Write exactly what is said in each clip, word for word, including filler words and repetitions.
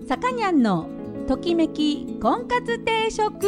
さかにゃんのときめき婚活定食。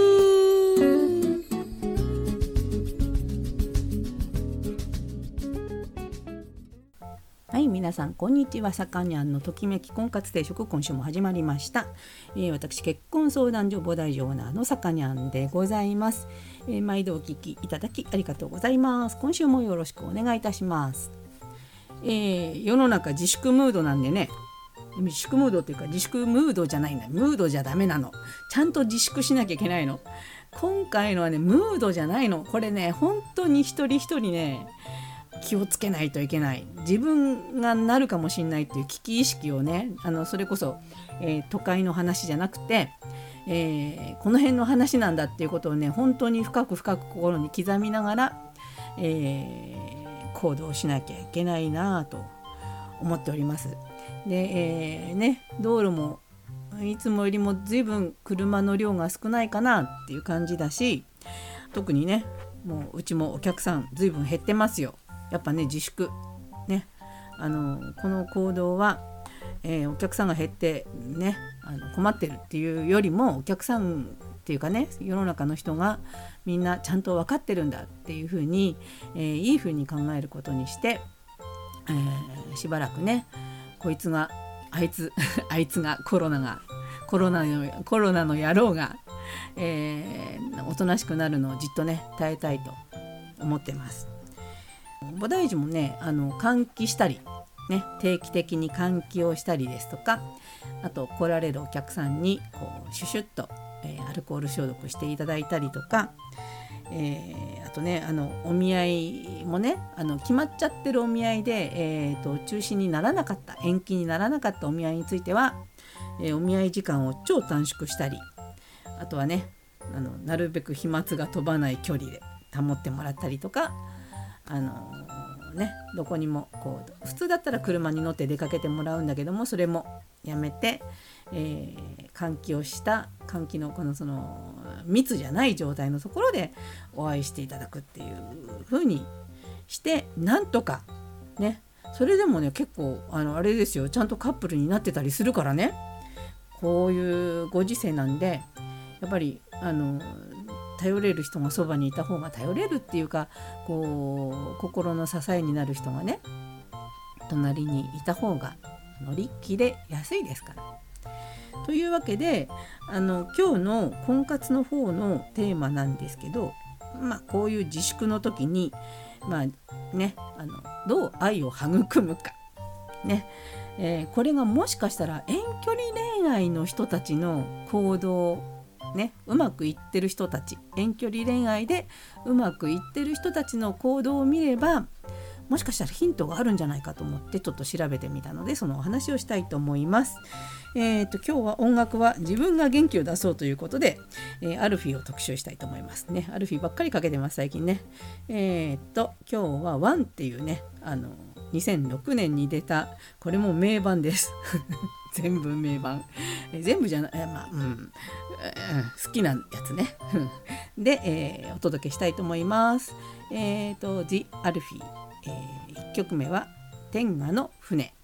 はい、皆さんこんにちは。さかにゃんのときめき婚活定食、今週も始まりました。えー、私結婚相談所母大オーナーのさかにゃんでございます。えー、毎度お聞きいただきありがとうございます。今週もよろしくお願いいたします。えー、世の中自粛ムードなんでね、自粛ムードっていうか自粛ムードじゃないんだ。ムードじゃダメなの。ちゃんと自粛しなきゃいけないの。今回のはね、ムードじゃないの。これね、本当に一人一人ね、気をつけないといけない。自分がなるかもしれないっていう危機意識をね、あのそれこそ、えー、都会の話じゃなくて、えー、この辺の話なんだっていうことをね、本当に深く深く心に刻みながら、えー、行動しなきゃいけないなと思っております。で、えーね、道路もいつもよりも随分車の量が少ないかなっていう感じだし、特にね、もううちもお客さん随分減ってますよ。やっぱね、自粛ね、あのこの行動は、えー、お客さんが減ってね、あの困ってるっていうよりも、お客さんっていうかね、世の中の人がみんなちゃんと分かってるんだっていうふうに、えー、いいふうに考えることにして、えー、しばらくね、こいつがあいつあいつがコロナがコロナのコロナの野郎が、えー、おとなしくなるのをじっとね耐えたいと思ってます。菩提寺もね、あの換気したりね、定期的に換気をしたりですとか、あと来られるお客さんにこうシュシュッと、えー、アルコール消毒していただいたりとか、えー、あとね、あのお見合いもね、あの決まっちゃってるお見合いで、えー、と中止にならなかった、延期にならなかったお見合いについては、えー、お見合い時間を超短縮したり、あとはね、あのなるべく飛沫が飛ばない距離で保ってもらったりとか、あのーね、どこにもこう普通だったら車に乗って出かけてもらうんだけども、それもやめて、えー、換気をした換気のこのその密じゃない状態のところでお会いしていただくっていう風にして、なんとかね、それでもね、結構あのあれですよ、ちゃんとカップルになってたりするからね。こういうご時世なんで、やっぱりあの頼れる人がそばにいた方が、頼れるっていうか、こう心の支えになる人がね隣にいた方が乗り切れやすいですから。というわけで、あの今日の婚活の方のテーマなんですけど、まあこういう自粛の時に、まあね、あのどう愛を育むかね、えー、これがもしかしたら遠距離恋愛の人たちの行動ね、うまくいってる人たち、遠距離恋愛でうまくいってる人たちの行動を見れば、もしかしたらヒントがあるんじゃないかと思ってちょっと調べてみたので、そのお話をしたいと思います。えー、と今日は音楽は自分が元気を出そうということで、えー、アルフィーを特集したいと思いますね。アルフィーばっかりかけてます最近ね。えー、と今日はワンっていうね、あのにせんろくねんに出た、これも名盤です全部名盤、えー、全部じゃない、えーまあうんうん、好きなやつねで、えー、お届けしたいと思います。えー、と The アルフィー、えー、いっきょくめは天下の船。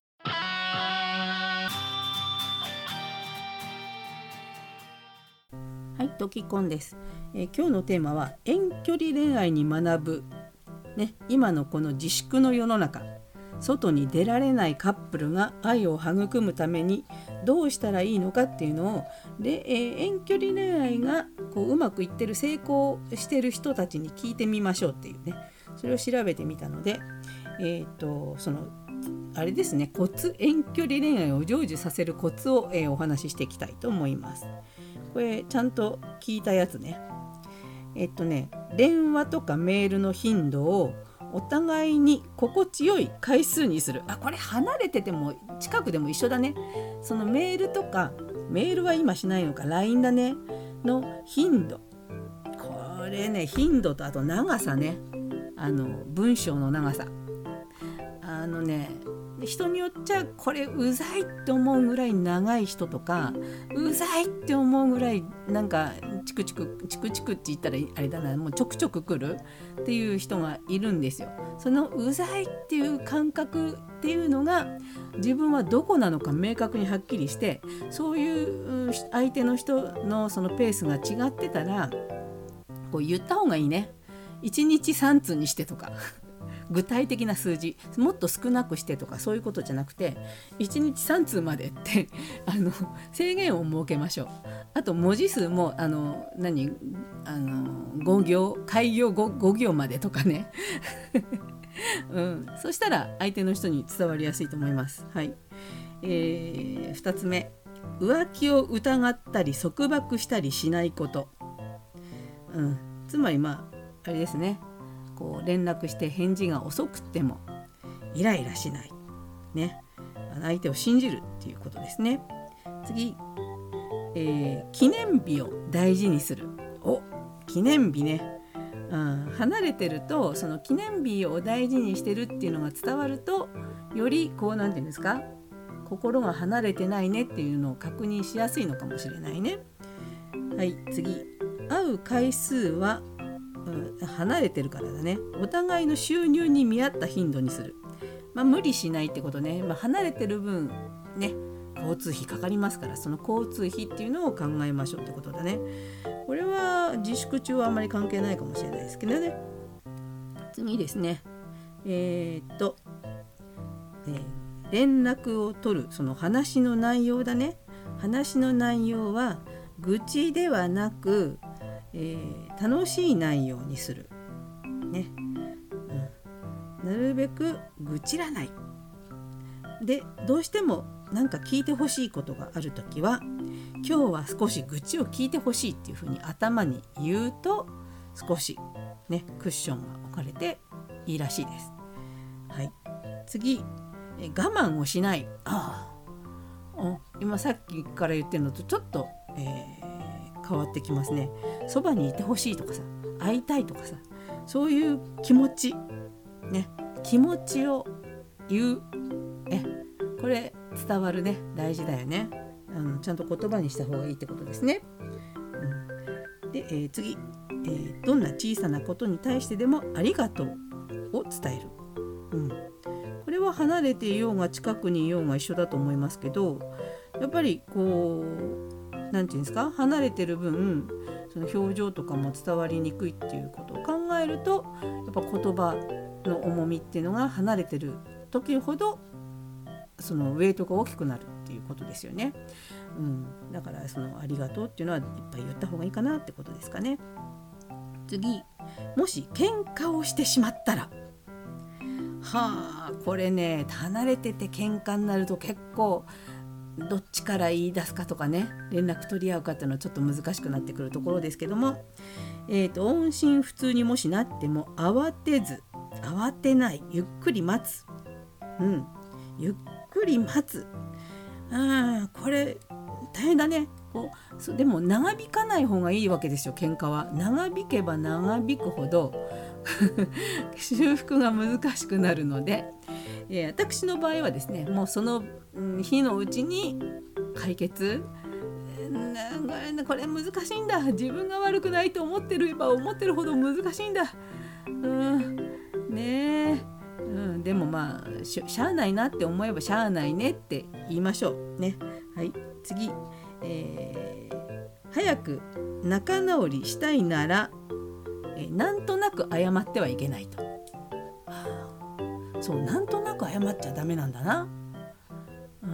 はい、ドキコンです。えー、今日のテーマは遠距離恋愛に学ぶ、ね、今のこの自粛の世の中、外に出られないカップルが愛を育むためにどうしたらいいのかっていうのを、で、えー、遠距離恋愛がこううまくいってる、成功してる人たちに聞いてみましょうっていうね、それを調べてみたので、えー、とそのあれですね、コツ、遠距離恋愛を成就させるコツを、えー、お話ししていきたいと思います。これちゃんと聞いたやつね。えっとね電話とかメールの頻度をお互いに心地よい回数にする。あ、これ離れてても近くでも一緒だね。そのメールとか、メールは今しないのか、 ライン だねの頻度、これね、頻度とあと長さね、あの文章の長さ、あのね、人によっちゃこれうざいって思うぐらい長い人とか、うざいって思うぐらいなんかチクチクチクチクって言ったらあれだな、もうちょくちょく来るっていう人がいるんですよ。そのうざいっていう感覚っていうのが自分はどこなのか明確にはっきりして、そういう相手の人のそのペースが違ってたらこう言った方がいいね。いちにちさん通にしてとか具体的な数字もっと少なくしてとかそういうことじゃなくて、いちにちさん通までってあの制限を設けましょう。あと文字数もあの何あのご行開業 5, 5行までとかね、うん、そしたら相手の人に伝わりやすいと思います。はい、えー、ふたつめ、浮気を疑ったり束縛したりしないこと、うん、つまりまああれですね、こう連絡して返事が遅くてもイライラしない、ね、相手を信じるっていうことですね。次、えー、記念日を大事にする。お、記念日ね、うん、離れてるとその記念日を大事にしてるっていうのが伝わると、よりこうなんていうんですか、心が離れてないねっていうのを確認しやすいのかもしれないね。はい、次、会う回数はうん、離れてるからだね。お互いの収入に見合った頻度にする。まあ無理しないってことね。まあ、離れてる分ね、交通費かかりますから、その交通費っていうのを考えましょうってことだね。これは自粛中はあんまり関係ないかもしれないですけどね。次ですね。えー、っと、えー、連絡を取るその話の内容だね。話の内容は愚痴ではなく、えー、楽しい内容にする、ね、うん、なるべく愚痴らないで、どうしてもなんか聞いてほしいことがあるときは、今日は少し愚痴を聞いてほしいっていうふうに頭に言うと、少しねクッションが置かれていいらしいです。はい、次、え我慢をしない。ああ、今さっきから言ってるのとちょっと、えー変わってきますね。そばにいてほしいとかさ、会いたいとかさ、そういう気持ちね、気持ちを言う、えこれ伝わるね、大事だよね。あのちゃんと言葉にした方がいいってことですね。うん、で、えー、次、えー、どんな小さなことに対してでもありがとうを伝える。うん、これは離れていようが近くにいようが一緒だと思いますけど、やっぱりこうなんていうんですか、離れてる分その表情とかも伝わりにくいっていうことを考えると、やっぱ言葉の重みっていうのが離れてる時ほどそのウェイトが大きくなるっていうことですよね。うん、だからそのありがとうっていうのはいっぱい言った方がいいかなってことですかね。次、もし喧嘩をしてしまったら、はあ、これね、離れてて喧嘩になると結構どっちから言い出すかとかね、連絡取り合うかっていうのはちょっと難しくなってくるところですけども、えーと、音信不通にもしなっても慌てず、慌てない、ゆっくり待つ、うん、ゆっくり待つ。あー、これ大変だね。こうそでも長引かない方がいいわけですよ。喧嘩は長引けば長引くほど修復が難しくなるので、えー、私の場合はですね、もうその日のうちに解決、なんかこれ難しいんだ、自分が悪くないと思ってれば思ってるほど難しいんだ、うんねえ、うん、でもまあし, しゃあないなって思えばしゃあないねって言いましょうね。はい、次、えー、早く仲直りしたいなら、えー、なんとなく謝ってはいけないと。そう、なんとなく謝っちゃダメなんだな。うん、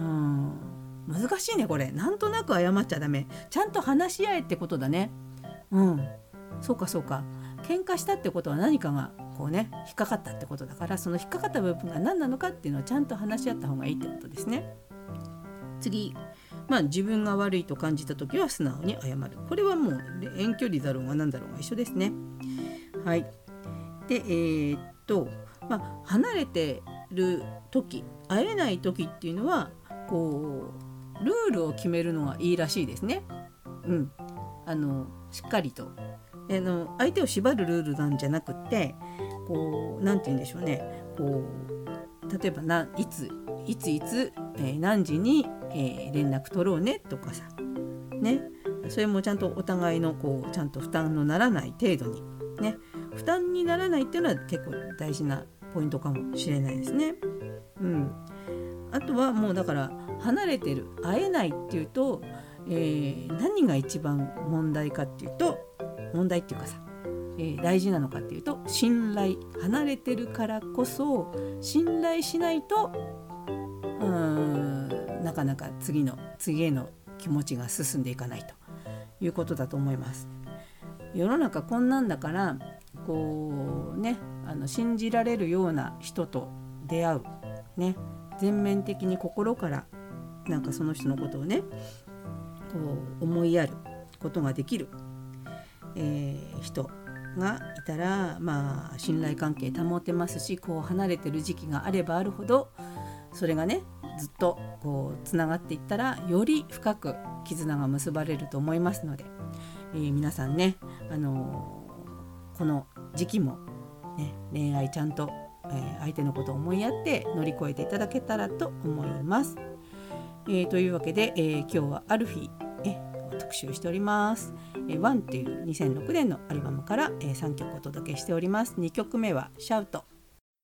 難しいねこれ。なんとなく謝っちゃダメ、ちゃんと話し合えってことだね。うん、そうかそうか。喧嘩したってことは何かがこうね引っかかったってことだから、その引っかかった部分が何なのかっていうのはちゃんと話し合った方がいいってことですね。次、まあ自分が悪いと感じた時は素直に謝る。これはもう遠距離だろうが何だろうが一緒ですね。はい。で、えー、っとまあ、離れてる時、会えない時っていうのはこうルールを決めるのがいいらしいですね。うん、あのしっかりとあの相手を縛るルールなんじゃなくってこうなんて言うんでしょうね、こう例えばないついついつ、えー、何時に、えー、連絡取ろうねとかさね、 それもちゃんとお互いのこうちゃんと負担のならない程度にね、負担にならないっていうのは結構大事なポイントかもしれないですね。うん、あとはもうだから離れてる、会えないっていうと、えー、何が一番問題かっていうと問題っていうかさ、えー、大事なのかっていうと信頼。離れてるからこそ信頼しないとうーんなかなか次の次への気持ちが進んでいかないということだと思います。世の中こんなんだからこうね、あの信じられるような人と出会うね、全面的に心からなんかその人のことをねこう思いやることができる、えー、人がいたら、まあ信頼関係保てますし、こう離れてる時期があればあるほどそれがねずっとこうつながっていったらより深く絆が結ばれると思いますので、えー、皆さんね、あのーこの時期も、ね、恋愛ちゃんと、えー、相手のことを思いやって乗り越えていただけたらと思います。えー、というわけで、えー、今日はアルフィー、えー、を特集しております。えー、ワンっていうにせんろくねんのアルバムから、えー、さんきょくお届けしております。にきょくめはシャウト。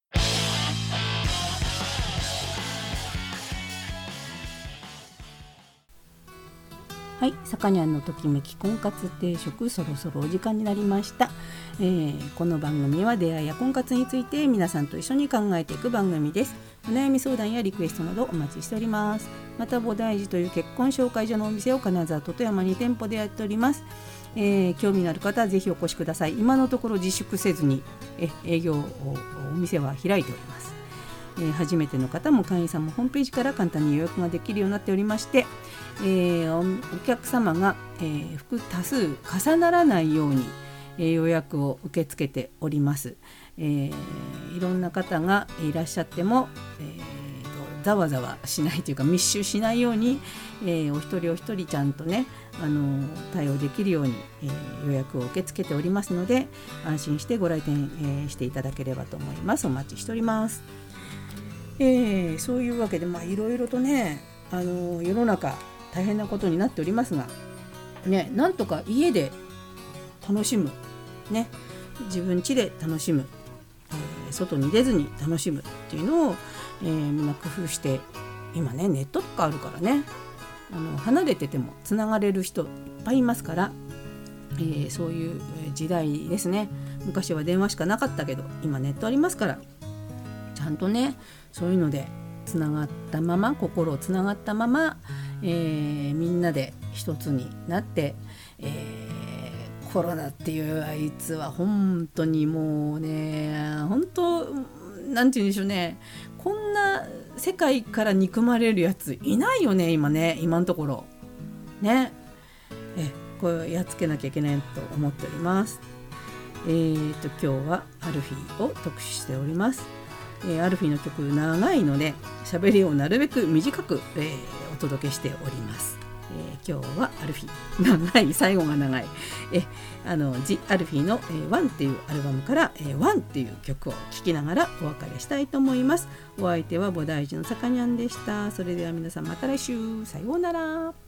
はい、さかにゃんのときめき婚活定食、そろそろお時間になりました。えー、この番組は出会いや婚活について皆さんと一緒に考えていく番組です。お悩み相談やリクエストなどお待ちしております。また菩提寺という結婚紹介所のお店を金沢と富山に店舗でやっております。えー、興味のある方はぜひお越しください。今のところ自粛せずにえ営業をお店は開いております。えー、初めての方も会員さんもホームページから簡単に予約ができるようになっておりまして、えー、お, お客様が、えー、複多数重ならないように、えー、予約を受け付けております。えー、いろんな方がいらっしゃっても、えー、ざわざわしないというか密集しないように、えー、お一人お一人ちゃんとね、あの対応できるように、えー、予約を受け付けておりますので、安心してご来店、えー、していただければと思います。お待ちしております。えー、そういうわけで、まあいろいろとね、あの世の中大変なことになっておりますが、ね、なんとか家で楽しむ、ね、自分家で楽しむ、えー、外に出ずに楽しむっていうのを、えー、みんな工夫して、今ねネットとかあるからね、あの離れててもつながれる人いっぱいいますから、えー、そういう時代ですね。昔は電話しかなかったけど今ネットありますから、ちゃんとねそういうのでつながったまま、心をつながったまま、えー、みんなで一つになって、えー、コロナっていうあいつは本当にもうね、本当なんて言うんでしょうね、こんな世界から憎まれるやついないよね今ね、今のところね。えこれやっつけなきゃいけないと思っております。えーと今日はアルフィーを特集しております。えー、アルフィーの曲長いので喋りをなるべく短く、えー、お届けしております。えー、今日はアルフィー長い、最後が長い、えあのジ・アルフィーの、えー、ワンっていうアルバムから、えー、ワンっていう曲を聴きながらお別れしたいと思います。お相手は菩提寺のさかにゃんでした。それでは皆さんまた来週、さようなら。